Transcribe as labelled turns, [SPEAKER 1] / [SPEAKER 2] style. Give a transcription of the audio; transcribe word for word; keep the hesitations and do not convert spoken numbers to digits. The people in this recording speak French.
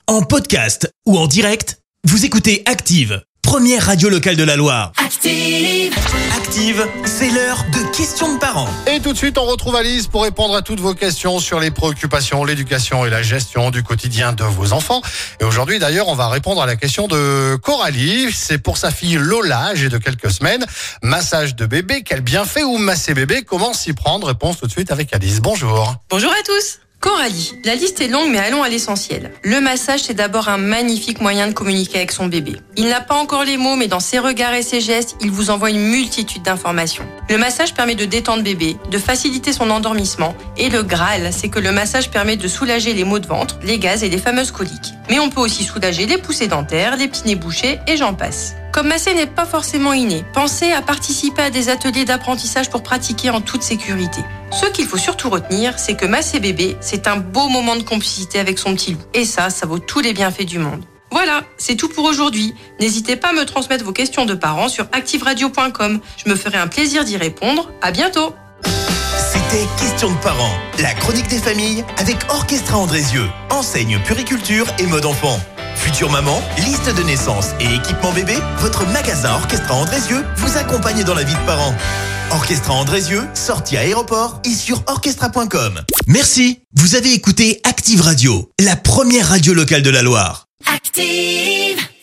[SPEAKER 1] En podcast ou en direct, vous écoutez Active, première radio locale de la Loire.
[SPEAKER 2] Active,
[SPEAKER 1] Active, c'est l'heure de questions de parents.
[SPEAKER 3] Et tout de suite, on retrouve Alice pour répondre à toutes vos questions sur les préoccupations, l'éducation et la gestion du quotidien de vos enfants. Et aujourd'hui, d'ailleurs, on va répondre à la question de Coralie. C'est pour sa fille Lola, âgée de quelques semaines. Massage de bébé, quel bienfait ou masser bébé? Comment s'y prendre? Réponse tout de suite avec Alice. Bonjour.
[SPEAKER 4] Bonjour à tous. Coralie, la liste est longue mais allons à l'essentiel. Le massage, c'est d'abord un magnifique moyen de communiquer avec son bébé. Il n'a pas encore les mots, mais dans ses regards et ses gestes, il vous envoie une multitude d'informations. Le massage permet de détendre bébé, de faciliter son endormissement, et le Graal, c'est que le massage permet de soulager les maux de ventre, les gaz et les fameuses coliques. Mais on peut aussi soulager les poussées dentaires, les petits nez bouchés et j'en passe. Comme masser n'est pas forcément inné, pensez à participer à des ateliers d'apprentissage pour pratiquer en toute sécurité. Ce qu'il faut surtout retenir, c'est que masser bébé, c'est un beau moment de complicité avec son petit loup. Et ça, ça vaut tous les bienfaits du monde. Voilà, c'est tout pour aujourd'hui. N'hésitez pas à me transmettre vos questions de parents sur active radio point com. Je me ferai un plaisir d'y répondre. À bientôt.
[SPEAKER 1] C'était Questions de parents, la chronique des familles avec Orchestra Andrézieux, enseigne puriculture et mode enfant. Future maman, liste de naissance et équipement bébé, votre magasin Orchestra Andrézieux vous accompagne dans la vie de parents. Orchestra Andrézieux, sortie à aéroport et sur orchestra point com. Merci, vous avez écouté Active Radio, la première radio locale de la Loire.
[SPEAKER 2] active.